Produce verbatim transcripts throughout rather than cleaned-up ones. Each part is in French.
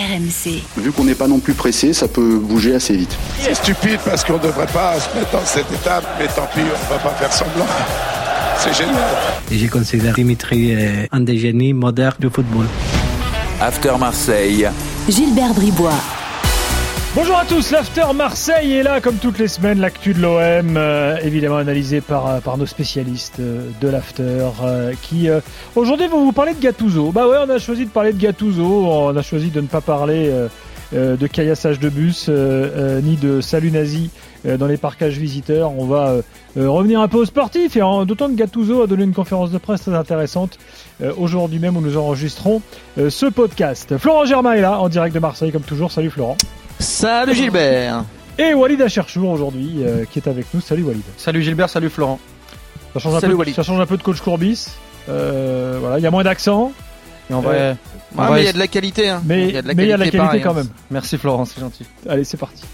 R M C. Vu qu'on n'est pas non plus pressé, ça peut bouger assez vite. C'est stupide parce qu'on ne devrait pas se mettre dans cette étape, mais tant pis, on ne va pas faire semblant. C'est génial. Et je considère Dimitri un des génies modernes du football. After Marseille. Gilbert Bribois. Bonjour à tous, l'After Marseille est là comme toutes les semaines, l'actu de l'O M, euh, évidemment analysé par, par nos spécialistes euh, de l'After, euh, qui euh, aujourd'hui vont vous parler de Gattuso. Bah ouais, on a choisi de parler de Gattuso, on a choisi de ne pas parler euh, euh, de caillassage de bus, euh, euh, ni de salut nazi euh, dans les parcages visiteurs. On va euh, euh, revenir un peu au sportif, et en, d'autant que Gattuso a donné une conférence de presse très intéressante euh, aujourd'hui même où nous enregistrons euh, ce podcast. Florent Germain est là, en direct de Marseille comme toujours. Salut Florent. Salut Gilbert. Et Walid Acharchour aujourd'hui euh, qui est avec nous. Salut Walid. Salut Gilbert, salut Florent. Ça change un, salut, peu, ça change un peu de coach Courbis. Euh, voilà, il y a moins d'accent. Et on va, euh, on ouais, va mais il y a de la qualité. Hein. Mais il y a de la, mais qualité, y a de la qualité pareil, quand même. Merci Florent, c'est gentil. Allez, c'est parti.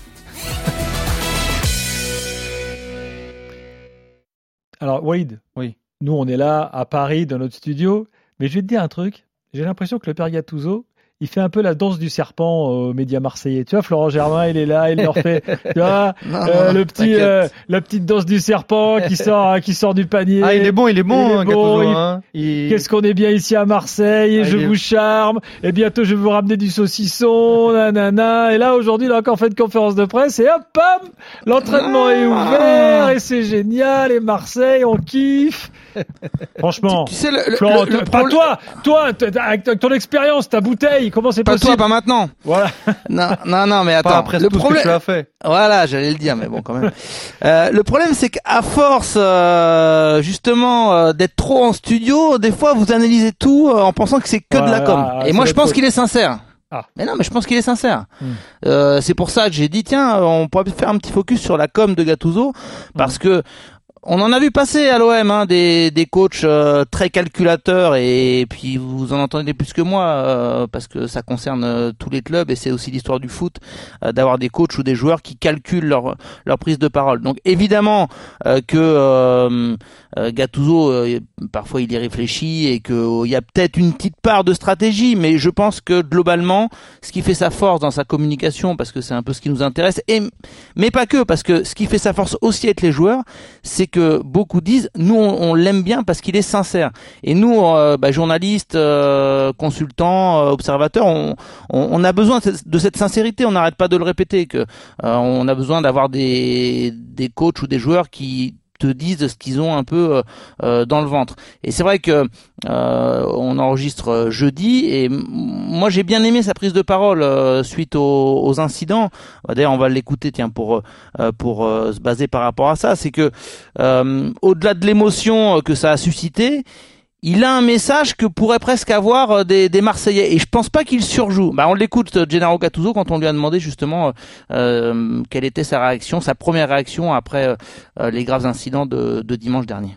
Alors Walid, oui. Nous on est là à Paris dans notre studio, mais je vais te dire un truc. J'ai l'impression que le père Gattuso, il fait un peu la danse du serpent aux médias marseillais. Tu vois, Florent Germain, il est là, il leur fait, tu vois, non, euh, non, le petit, euh, la petite danse du serpent qui sort, qui sort du panier. Ah, il est bon, il est bon, il est hein, bon. Gattuso, Il... hein. Il... Qu'est-ce qu'on est bien ici à Marseille, et ah, je vous est... charme, et bientôt je vais vous ramener du saucisson, nanana. Et là, aujourd'hui, il a encore fait une conférence de presse, et hop, bam, l'entraînement ah, est ouvert, ah. et c'est génial, et Marseille, on kiffe. Franchement, tu, tu sais, le, Florent, le, le, pas le... toi, toi, avec ton expérience, ta bouteille, comment c'est pas possible? Pas toi, pas maintenant. Voilà. Non, non, non, mais attends. Pas après le tout problème, ce que tu as fait. Voilà, j'allais le dire, mais bon, quand même. euh, le problème, c'est qu'à force, euh, justement, euh, d'être trop en studio, des fois, vous analysez tout euh, en pensant que c'est que voilà, de la com. Ah, Et moi, je pense qu'il est sincère. Ah. Mais non, mais je pense qu'il est sincère. Hmm. Euh, c'est pour ça que j'ai dit, tiens, on pourrait faire un petit focus sur la com de Gattuso, parce hmm. que on en a vu passer à l'O M, hein, des, des coachs euh, très calculateurs, et puis vous en entendez plus que moi, euh, parce que ça concerne euh, tous les clubs, et c'est aussi l'histoire du foot, euh, d'avoir des coachs ou des joueurs qui calculent leur, leur prise de parole. Donc évidemment euh, que euh, euh, Gattuso, euh, parfois il y réfléchit, et qu'il euh, y a peut-être une petite part de stratégie, mais je pense que globalement, ce qui fait sa force dans sa communication, parce que c'est un peu ce qui nous intéresse, et, mais pas que, parce que ce qui fait sa force aussi avec les joueurs, c'est que beaucoup disent, nous on, on l'aime bien parce qu'il est sincère. Et nous, euh, bah, journalistes, euh, consultants, euh, observateurs, on, on, on a besoin de cette, de cette sincérité. On n'arrête pas de le répéter, que euh, on a besoin d'avoir des, des coachs ou des joueurs qui te disent ce qu'ils ont un peu euh, dans le ventre. Et c'est vrai que euh, on enregistre jeudi, et m- moi j'ai bien aimé sa prise de parole euh, suite aux, aux incidents. D'ailleurs, on va l'écouter, tiens, pour euh, pour euh, se baser par rapport à ça. C'est que euh, au-delà de l'émotion que ça a suscité, il a un message que pourraient presque avoir des, des Marseillais, et je pense pas qu'il surjoue. Bah, on l'écoute, Gennaro Gattuso, quand on lui a demandé justement euh, quelle était sa réaction, sa première réaction après euh, les graves incidents de, de dimanche dernier.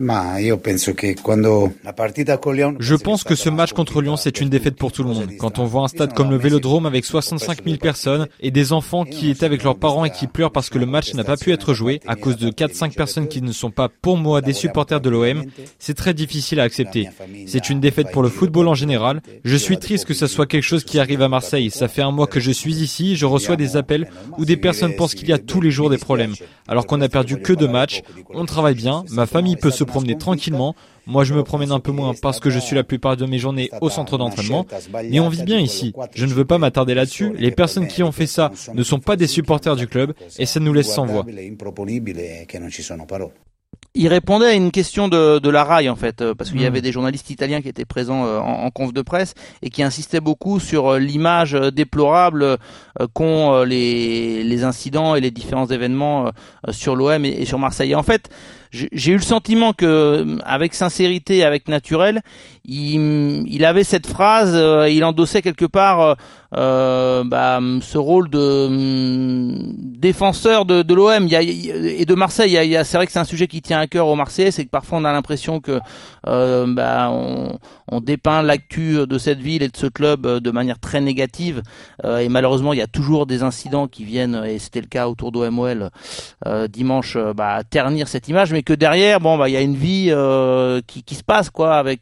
Je pense que ce match contre Lyon, c'est une défaite pour tout le monde. Quand on voit un stade comme le Vélodrome avec soixante-cinq mille personnes et des enfants qui étaient avec leurs parents et qui pleurent parce que le match n'a pas pu être joué à cause de quatre cinq personnes qui ne sont pas, pour moi, des supporters de l'O M, c'est très difficile à accepter. C'est une défaite pour le football en général. Je suis triste que ça soit quelque chose qui arrive à Marseille. Ça fait un mois que je suis ici, je reçois des appels où des personnes pensent qu'il y a tous les jours des problèmes. Alors qu'on n'a perdu que deux matchs, on travaille bien, ma famille peut se promener tranquillement. Moi, je me promène un peu moins parce que je suis la plupart de mes journées au centre d'entraînement. Mais on vit bien ici. Je ne veux pas m'attarder là-dessus. Les personnes qui ont fait ça ne sont pas des supporters du club et ça nous laisse sans voix. Il répondait à une question de, de la R A I, en fait, parce qu'il y avait des journalistes italiens qui étaient présents en, en conf de presse et qui insistaient beaucoup sur l'image déplorable qu'ont les, les incidents et les différents événements sur l'O M et, et sur Marseille. Et en fait, j'ai eu le sentiment que, avec sincérité, avec naturel, il, il avait cette phrase, euh, il endossait quelque part euh, bah, ce rôle de euh, défenseur de, de l'O M il y a, et de Marseille. Il y a, il y a, c'est vrai que c'est un sujet qui tient à cœur aux Marseillais, c'est que parfois on a l'impression que euh, bah, on, on dépeint l'actu de cette ville et de ce club de manière très négative, euh, et malheureusement il y a toujours des incidents qui viennent, et c'était le cas autour d'O M O L euh, dimanche, bah, ternir cette image. mais que derrière, bon, bah, il y a une vie euh, qui, qui se passe, quoi, avec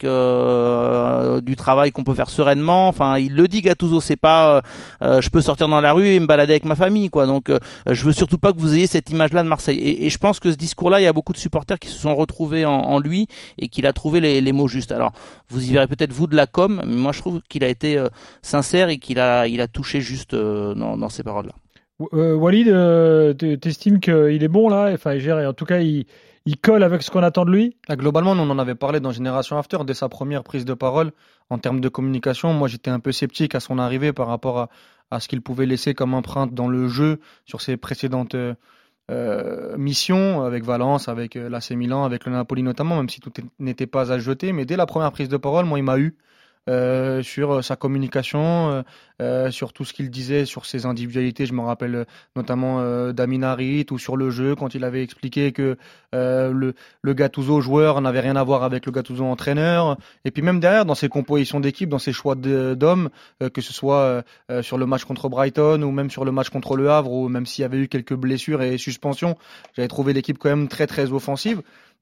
euh, du travail qu'on peut faire sereinement. Enfin, il le dit, Gattuso, c'est pas, euh, je peux sortir dans la rue et me balader avec ma famille, quoi. Donc, euh, je veux surtout pas que vous ayez cette image-là de Marseille. Et, et je pense que ce discours-là, il y a beaucoup de supporters qui se sont retrouvés en, en lui et qu'il a trouvé les, les mots justes. Alors, vous y verrez peut-être vous de la com, mais moi, je trouve qu'il a été euh, sincère et qu'il a, il a touché juste euh, dans, dans ces paroles-là. Euh, Walid, euh, t'estimes qu'il est bon là, enfin, il gère, et en tout cas, il, il colle avec ce qu'on attend de lui? Là, globalement, nous, on en avait parlé dans Génération After, dès sa première prise de parole. En termes de communication, moi, j'étais un peu sceptique à son arrivée par rapport à, à ce qu'il pouvait laisser comme empreinte dans le jeu sur ses précédentes euh, missions, avec Valence, avec l'A C Milan, avec le Napoli notamment, même si tout n'était pas à jeter. Mais dès la première prise de parole, moi, il m'a eu. Euh, sur sa communication, euh, sur tout ce qu'il disait, sur ses individualités. Je me rappelle notamment euh, d'Amin Harit ou sur le jeu, quand il avait expliqué que euh, le, le Gattuso joueur n'avait rien à voir avec le Gattuso entraîneur. Et puis même derrière, dans ses compositions d'équipe, dans ses choix de, d'hommes, euh, que ce soit euh, sur le match contre Brighton ou même sur le match contre Le Havre, ou même s'il y avait eu quelques blessures et suspensions, j'avais trouvé l'équipe quand même très très offensive.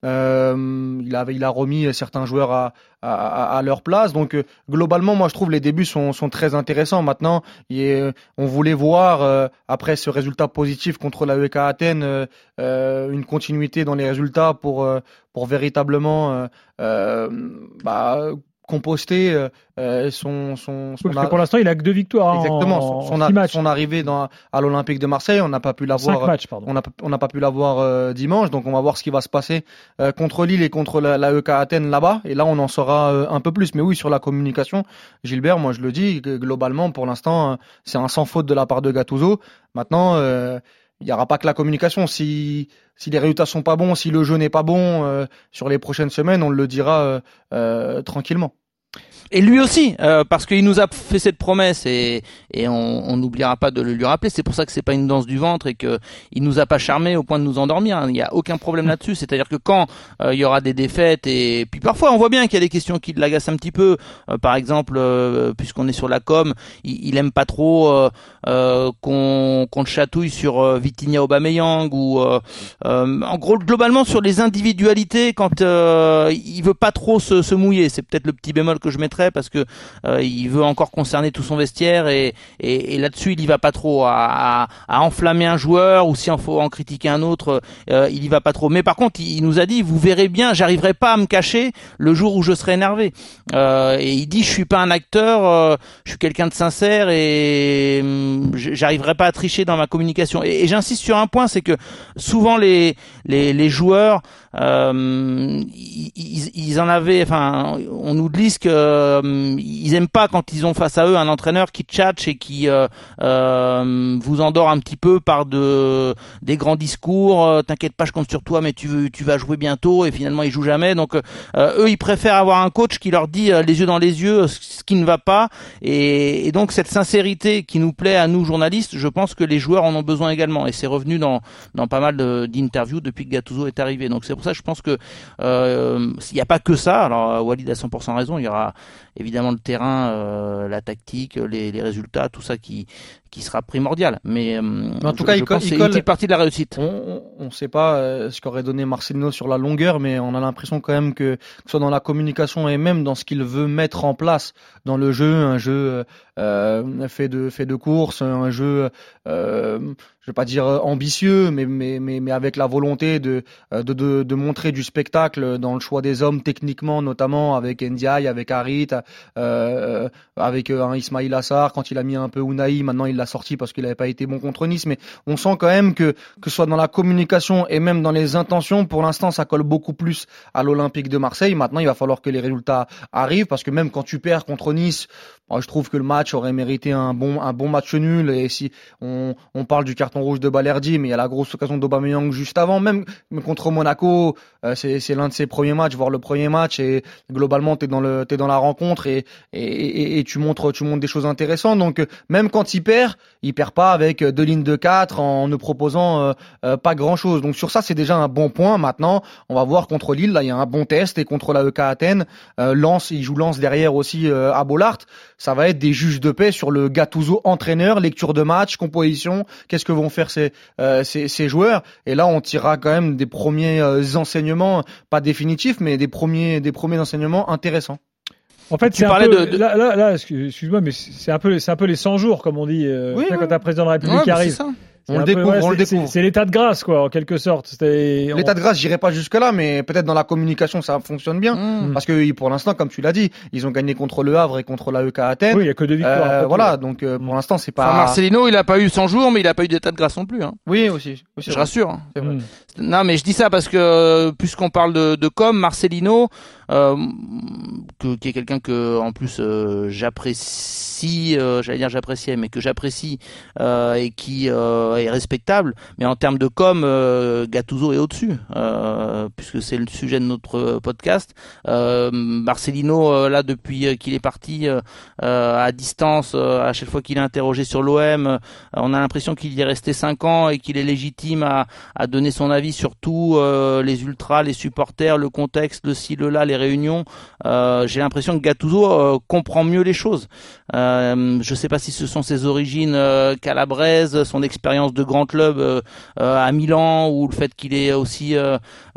Euh, il a, il a remis certains joueurs à, à, à leur place. Donc euh, globalement, moi je trouve les débuts sont, sont très intéressants. Maintenant, il est, on voulait voir euh, après ce résultat positif contre l'A E K Athènes euh, euh, une continuité dans les résultats pour euh, pour véritablement euh, euh, bah, composter euh, son son, son oui, parce que pour l'instant il a que deux victoires. Exactement. En, son, en son, a, son arrivée dans à l'Olympique de Marseille, on n'a pas pu l'avoir. Cinq matchs, pardon. On n'a on n'a pas pu l'avoir euh, dimanche, donc on va voir ce qui va se passer euh, contre Lille et contre la, la E K Athènes là-bas. Et là, on en saura euh, un peu plus. Mais oui, sur la communication, Gilbert, moi je le dis, globalement, pour l'instant, euh, c'est un sans faute de la part de Gattuso. Maintenant. Euh, Il n'y aura pas que la communication. Si, si les résultats sont pas bons, si le jeu n'est pas bon, euh, sur les prochaines semaines, on le dira euh, euh, tranquillement. Et lui aussi, euh, parce qu'il nous a fait cette promesse et, et on n'oubliera pas de le lui rappeler. C'est pour ça que c'est pas une danse du ventre et que il nous a pas charmé au point de nous endormir. Il n'y a aucun problème là-dessus. C'est-à-dire que quand euh, il y aura des défaites et puis parfois on voit bien qu'il y a des questions qui l'agacent un petit peu. Euh, par exemple, euh, puisqu'on est sur la com, il, il aime pas trop euh, euh, qu'on qu'on le chatouille sur euh, Vitinha Aubameyang ou euh, euh, en gros globalement sur les individualités quand euh, il veut pas trop se, se mouiller. C'est peut-être le petit bémol que je mettrais parce que euh, il veut encore concerner tout son vestiaire et, et, et là-dessus il y va pas trop à, à, à enflammer un joueur ou si il faut en critiquer un autre euh, il y va pas trop. Mais par contre il, il nous a dit vous verrez bien, j'arriverai pas à me cacher le jour où je serai énervé euh, et il dit je suis pas un acteur, euh, je suis quelqu'un de sincère et euh, j'arriverai pas à tricher dans ma communication et, et j'insiste sur un point, c'est que souvent les les, les joueurs euh, ils, ils, ils en avaient, enfin on nous glisse que euh, ils aiment pas quand ils ont face à eux un entraîneur qui tchatche et qui euh, euh, vous endort un petit peu par de des grands discours, euh, t'inquiète pas je compte sur toi mais tu veux tu vas jouer bientôt et finalement ils jouent jamais. Donc euh, eux ils préfèrent avoir un coach qui leur dit euh, les yeux dans les yeux ce qui ne va pas et, et donc cette sincérité qui nous plaît à nous journalistes, je pense que les joueurs en ont besoin également et c'est revenu dans dans pas mal de, d'interviews depuis que Gattuso est arrivé. Donc c'est pour ça que je pense que euh, il n'y a pas que ça. Alors Walid a cent pour cent raison, il y aura évidemment le terrain, euh, la tactique, les, les résultats, tout ça qui qui sera primordial. Mais, euh, Mais en tout je, cas, je il pense colle, c'est il colle, une petite partie de la réussite. On ne sait pas euh, ce qu'aurait donné Marcelino sur la longueur, mais on a l'impression quand même que, que ce soit dans la communication et même dans ce qu'il veut mettre en place dans le jeu, un jeu euh, fait de fait de course, un jeu, euh, je vais pas dire ambitieux, mais mais mais, mais avec la volonté de, de de de montrer du spectacle dans le choix des hommes techniquement, notamment avec Ndiaye, avec Harit, euh, avec un Ismail Assar quand il a mis un peu Unai, maintenant il l'a sorti parce qu'il n'avait pas été bon contre Nice, mais on sent quand même que que ce soit dans la communication et même dans les intentions, pour l'instant ça colle beaucoup plus à l'Olympique de Marseille. Maintenant il va falloir que les résultats arrivent parce que même quand tu perds contre Nice, moi, je trouve que le match aurait mérité un bon un bon match nul. Et si on on parle du carton rouge de Balerdi, mais il y a la grosse occasion d'Aubameyang juste avant, même contre Monaco, euh, c'est c'est l'un de ses premiers matchs, voire le premier match, et globalement t'es dans le t'es dans la rencontre et et et, et tu montres tu montres des choses intéressantes. Donc même quand il perd, il perd pas avec deux lignes de quatre en ne proposant euh, euh, pas grand chose. Donc sur ça c'est déjà un bon point. Maintenant on va voir contre Lille, là il y a un bon test, et contre la E K Athènes, euh, Lens, il joue Lens derrière aussi euh, à Bollaert. ça va être des juges de paix sur le Gattuso entraîneur, lecture de match, composition, qu'est-ce que vont faire ces, euh, ces, ces joueurs. Et là, on tirera quand même des premiers euh, enseignements, pas définitifs, mais des premiers, des premiers enseignements intéressants. En fait, tu c'est parlais un peu, de, de... Là, là, là, excuse-moi, mais c'est un peu, c'est un peu les cent jours, comme on dit, euh, oui, quand oui. un président de la République ouais, arrive. C'est ça. On le découvre, peu, ouais, on c'est, le découvre. C'est, c'est l'état de grâce, quoi, en quelque sorte. C'était, l'état on... de grâce, j'irai pas jusque là, mais peut-être dans la communication, ça fonctionne bien. Mmh. Parce que pour l'instant, comme tu l'as dit, ils ont gagné contre le Havre et contre l'A E K Athènes. Oui, il y a que deux victoires. Euh, voilà, donc euh, pour l'instant, c'est pas. Enfin, Marcelino, il a pas eu cent jours, mais il a pas eu d'état de grâce non plus. Hein. Oui, aussi. aussi je rassure. Hein. C'est vrai. Mmh. Non, mais je dis ça parce que puisqu'on parle de, de com, Marcelino, euh, que, qui est quelqu'un que, en plus, euh, j'apprécie, euh, j'allais dire j'appréciais, mais que j'apprécie euh, et qui euh, est respectable. Mais en termes de com, euh, Gattuso est au-dessus, euh, puisque c'est le sujet de notre podcast. Euh, Marcelino, euh, là, depuis qu'il est parti euh, à distance, euh, à chaque fois qu'il est interrogé sur l'O M, euh, on a l'impression qu'il y est resté cinq ans et qu'il est légitime à, à donner son avis sur tout, euh, les ultras, les supporters, le contexte, le ci, le là, les réunions. Euh, j'ai l'impression que Gattuso euh, comprend mieux les choses. Euh, je ne sais pas si ce sont ses origines euh, calabraises, son expérience de grand club euh, euh, à Milan, ou le fait qu'il ait aussi euh,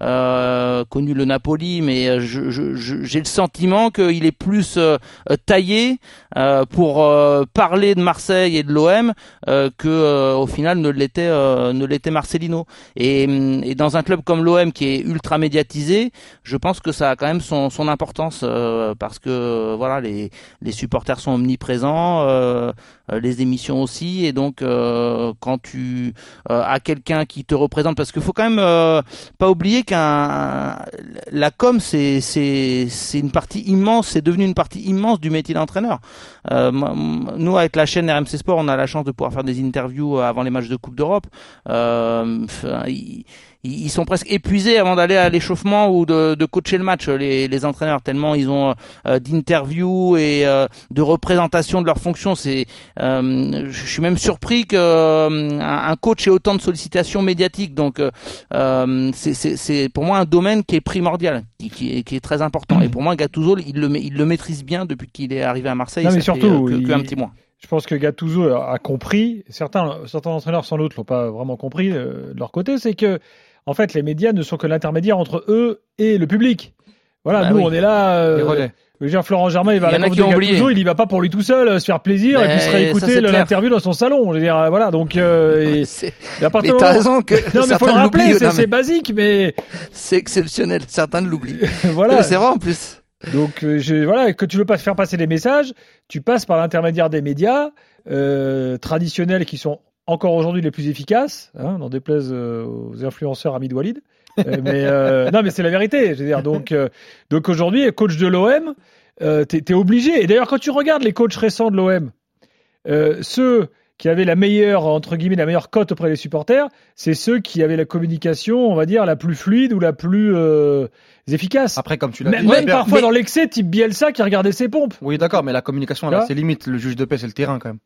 euh, connu le Napoli, mais je, je, je, j'ai le sentiment qu'il est plus euh, taillé euh, pour euh, parler de Marseille et de l'O M euh, que euh, au final ne l'était euh, ne l'était Marcelino. Et, et dans un club comme l'O M qui est ultra médiatisé, je pense que ça a quand même son, son importance euh, parce que voilà, les, les supporters sont omniprésents, euh, les émissions aussi, et donc euh, quand tu euh, as quelqu'un qui te représente, parce qu'il faut quand même euh, pas oublier qu'un la com c'est c'est c'est une partie immense, c'est devenu une partie immense du métier d'entraîneur. Euh, nous avec la chaîne R M C Sport, on a la chance de pouvoir faire des interviews avant les matchs de Coupe d'Europe. Euh, il, ils sont presque épuisés avant d'aller à l'échauffement ou de, de coacher le match, les, les entraîneurs, tellement ils ont euh, d'interviews et euh, de représentation de leurs fonctions. C'est, euh, je suis même surpris que euh, un coach ait autant de sollicitations médiatiques. Donc, euh, c'est, c'est, c'est pour moi un domaine qui est primordial, qui, qui, est, qui est très important. Et pour moi, Gattuso, il le, il le maîtrise bien depuis qu'il est arrivé à Marseille. Non, mais ça surtout, fait euh, que, il... que un petit mois. Je pense que Gattuso a compris, certains, certains entraîneurs sans doute l'ont pas vraiment compris euh, de leur côté, c'est que en fait, les médias ne sont que l'intermédiaire entre eux et le public. Voilà, bah nous, oui. on est là. Euh, Jean Florent Germain, il va à la conf de Gattuso, il y va pas pour lui tout seul, euh, se faire plaisir, mais et puis se réécouter l'interview dans son salon. Je veux dire, voilà, donc. Euh, c'est... Mais t'as raison que. Non, mais faut le rappeler, c'est, c'est basique, mais. C'est exceptionnel, certains l'oublient. Voilà. C'est vrai en plus. Donc, euh, je, voilà, que tu veux pas faire passer des messages, tu passes par l'intermédiaire des médias euh, traditionnels qui sont encore aujourd'hui les plus efficaces, hein, n'en déplaise euh, aux influenceurs amis de Walid. Euh, mais euh, non, mais c'est la vérité. Je veux dire, donc, euh, donc aujourd'hui, coach de l'O M, euh, t'es, t'es obligé. Et d'ailleurs, quand tu regardes les coachs récents de l'O M, euh, ceux qui avaient la meilleure, entre guillemets, la meilleure cote auprès des supporters, c'est ceux qui avaient la communication, on va dire, la plus fluide ou la plus euh, efficace. Après, comme tu l'as même, dit, même mais... parfois dans l'excès, type Bielsa qui regardait ses pompes. Oui, d'accord, mais la communication, là, c'est limite. Le juge de paix, c'est le terrain, quand même.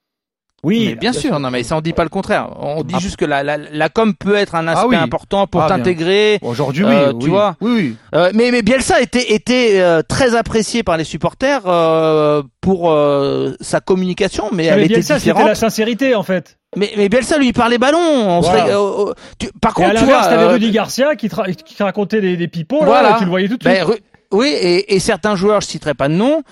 Oui, mais bien, bien sûr. sûr. Non, mais ça on dit pas le contraire. On dit ah. juste que la, la la com peut être un aspect ah oui. important pour ah, t'intégrer. Bien. Aujourd'hui, oui, euh, oui, tu vois. Oui, oui. Euh, mais mais Bielsa était était euh, très apprécié par les supporters euh, pour euh, sa communication, mais, mais elle Bielsa, était différente. C'était la sincérité en fait. Mais mais Bielsa lui parlait ballon. On voilà. serait, euh, tu, par et contre, à tu vois, t'avais euh, Rudy Garcia qui, tra- qui racontait des, des pipeaux. Voilà. Là, tu le voyais tout de ben, suite. Ru- Oui, et, et certains joueurs, je citerai pas de nom,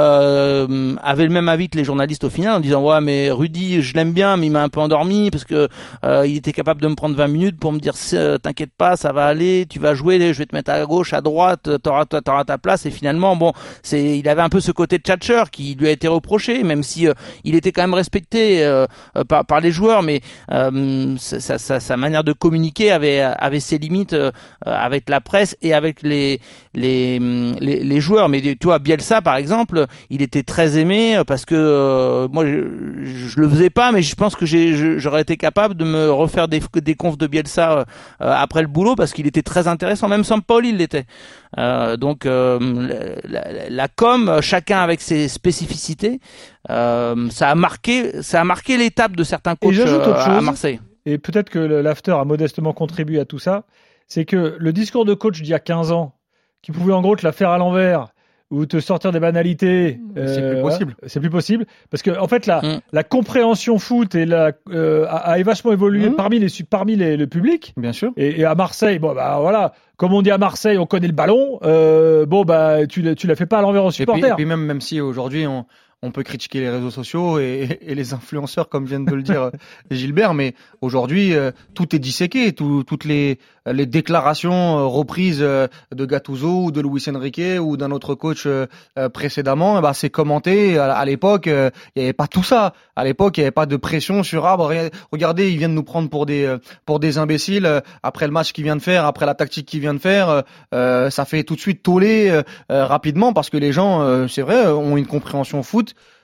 euh, avaient le même avis que les journalistes au final en disant ouais mais Rudy je l'aime bien mais il m'a un peu endormi parce que euh, il était capable de me prendre vingt minutes pour me dire t'inquiète pas ça va aller, tu vas jouer, je vais te mettre à gauche, à droite, t'auras, t'auras ta place. Et finalement bon c'est il avait un peu ce côté tchatcheur qui lui a été reproché même si euh, il était quand même respecté euh, par, par les joueurs, mais euh, sa, sa, sa manière de communiquer avait avait ses limites euh, avec la presse et avec les les Les, les joueurs. Mais tu vois, Bielsa par exemple, il était très aimé parce que euh, moi je, je le faisais pas, mais je pense que j'ai, je, j'aurais été capable de me refaire des, des confs de Bielsa euh, après le boulot parce qu'il était très intéressant. Même Sampaoli il l'était. Euh, donc euh, la, la, la com, chacun avec ses spécificités, euh, ça a marqué, ça a marqué l'étape de certains coachs euh, à Marseille. Et peut-être que l'after a modestement contribué à tout ça. C'est que le discours de coach d'il y a quinze ans, qui pouvait en gros te la faire à l'envers, ou te sortir des banalités, euh, c'est plus possible. Ouais, c'est plus possible parce que en fait la mmh. la compréhension foot et la euh, a, a vachement évolué mmh. parmi les parmi les, le public. Bien sûr. Et, et à Marseille, bon bah voilà, comme on dit à Marseille, on connaît le ballon. Euh, bon bah tu tu la fais pas à l'envers aux supporters. Et puis, et puis même même si aujourd'hui on on peut critiquer les réseaux sociaux et, et les influenceurs, comme vient de le dire Gilbert, mais aujourd'hui, euh, tout est disséqué. Tout, toutes les, les déclarations euh, reprises euh, de Gattuso ou de Luis Enrique ou d'un autre coach euh, précédemment, bah, c'est commenté. À, à l'époque, il euh, n'y avait pas tout ça. À l'époque, il n'y avait pas de pression sur ah, bah, regardez, ils viennent nous prendre pour des pour des imbéciles euh, après le match qu'il vient de faire, après la tactique qu'il vient de faire. Euh, ça fait tout de suite toller euh, rapidement parce que les gens, euh, c'est vrai, ont une compréhension foot.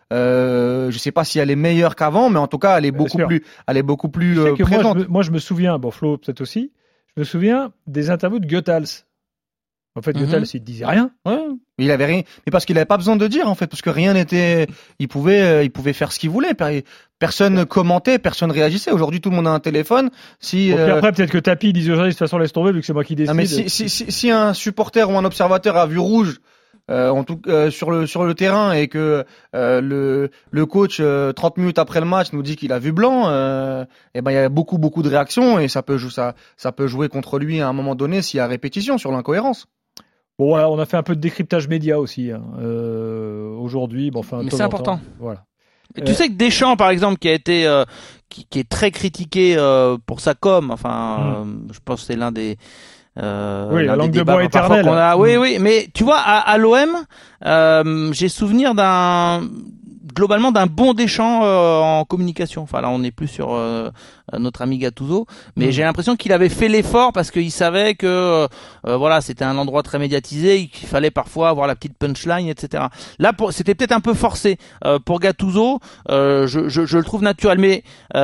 Euh, je sais pas si elle est meilleure qu'avant, mais en tout cas, elle est beaucoup plus, elle est beaucoup plus euh, présente. Moi je, me, moi, je me souviens, bon, Flo peut-être aussi, je me souviens des interviews de Goethals. En fait, mm-hmm. Goethals, il disait rien. Ouais. Il avait rien, mais parce qu'il avait pas besoin de dire en fait, parce que rien n'était, il pouvait, euh, il pouvait faire ce qu'il voulait. Personne ouais. commentait, personne réagissait. Aujourd'hui, tout le monde a un téléphone. Si bon, euh... après, peut-être que Tapi disait aux gens de toute façon laisse tomber vu que c'est moi qui décide. Non, mais si, si, si, si un supporter ou un observateur a vu rouge. Euh, en tout euh, sur le sur le terrain et que euh, le le coach euh, trente minutes après le match nous dit qu'il a vu blanc, euh, et ben il y a beaucoup beaucoup de réactions et ça peut ça ça peut jouer contre lui à un moment donné s'il y a répétition sur l'incohérence. Bon voilà, on a fait un peu de décryptage média aussi hein, euh, aujourd'hui. Bon enfin. Mais c'est important. Voilà. Et tu euh... sais que Deschamps, par exemple, qui a été, euh, qui, qui est très critiqué euh, pour sa com. Enfin, mmh. euh, je pense que c'est l'un des Euh, oui, la langue de bois éternelle. A... Oui, oui, mais tu vois, à, à l'O M, euh, j'ai souvenir d'un, globalement, d'un bon Deschamps euh, en communication. Enfin, là, on n'est plus sur euh, notre ami Gattuso, mais mmh. j'ai l'impression qu'il avait fait l'effort parce qu'il savait que, euh, voilà, c'était un endroit très médiatisé, qu'il fallait parfois avoir la petite punchline, et cetera. Là, pour, c'était peut-être un peu forcé euh, pour Gattuso. Euh, je, je, je le trouve naturel, mais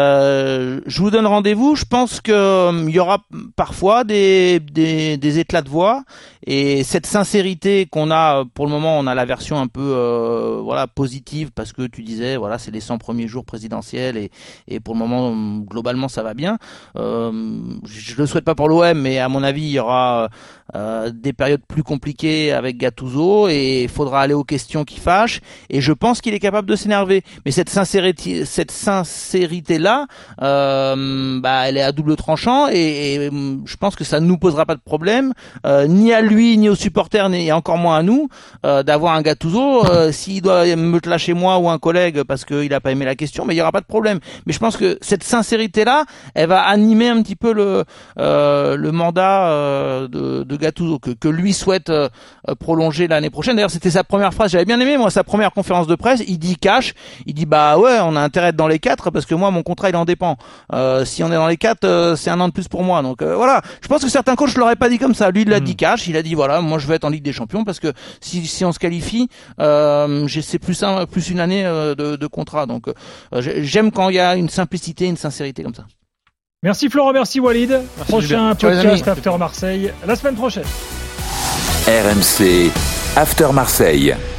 euh, je vous donne rendez-vous. Je pense que il euh, y aura parfois des, des, des éclats de voix et cette sincérité qu'on a pour le moment, on a la version un peu, euh, voilà, positive parce que tu disais, voilà, c'est les cent premiers jours présidentiels et, et pour le moment, globalement, ça va bien. Euh, je le souhaite pas pour l'O M, mais à mon avis, il y aura euh, des périodes plus compliquées avec Gattuso et il faudra aller aux questions qui fâchent. Et je pense qu'il est capable de s'énerver. Mais cette sincérité, cette sincérité-là, euh, bah, elle est à double tranchant et, et je pense que ça ne nous posera pas de problème, euh, ni à lui, ni aux supporters, ni encore moins à nous, euh, d'avoir un Gattuso. Euh, s'il doit me lâcher moi ou un collègue parce qu'il a pas aimé la question, mais il y aura pas de problème. Mais je pense que cette sincérité là, elle va animer un petit peu le euh, le mandat euh, de, de Gattuso que que lui souhaite euh, prolonger l'année prochaine. D'ailleurs, c'était sa première phrase. J'avais bien aimé moi sa première conférence de presse. Il dit cash. Il dit bah ouais, on a intérêt à être dans les quatre parce que moi mon contrat il en dépend. Euh, si on est dans les quatre, euh, c'est un an de plus pour moi. Donc euh, voilà. Je pense que certains coachs l'auraient pas dit comme ça. Lui il l'a mmh. dit cash. Il a dit voilà, moi je veux être en Ligue des Champions parce que si si on se qualifie, euh, j'ai c'est plus un plus une année euh, de, de contrat. Donc euh, j'aime quand il y a une simplicité, une sincérité comme ça. Merci Florent, merci Walid. Merci Prochain Gilbert. podcast After Marseille la semaine prochaine. R M C After Marseille.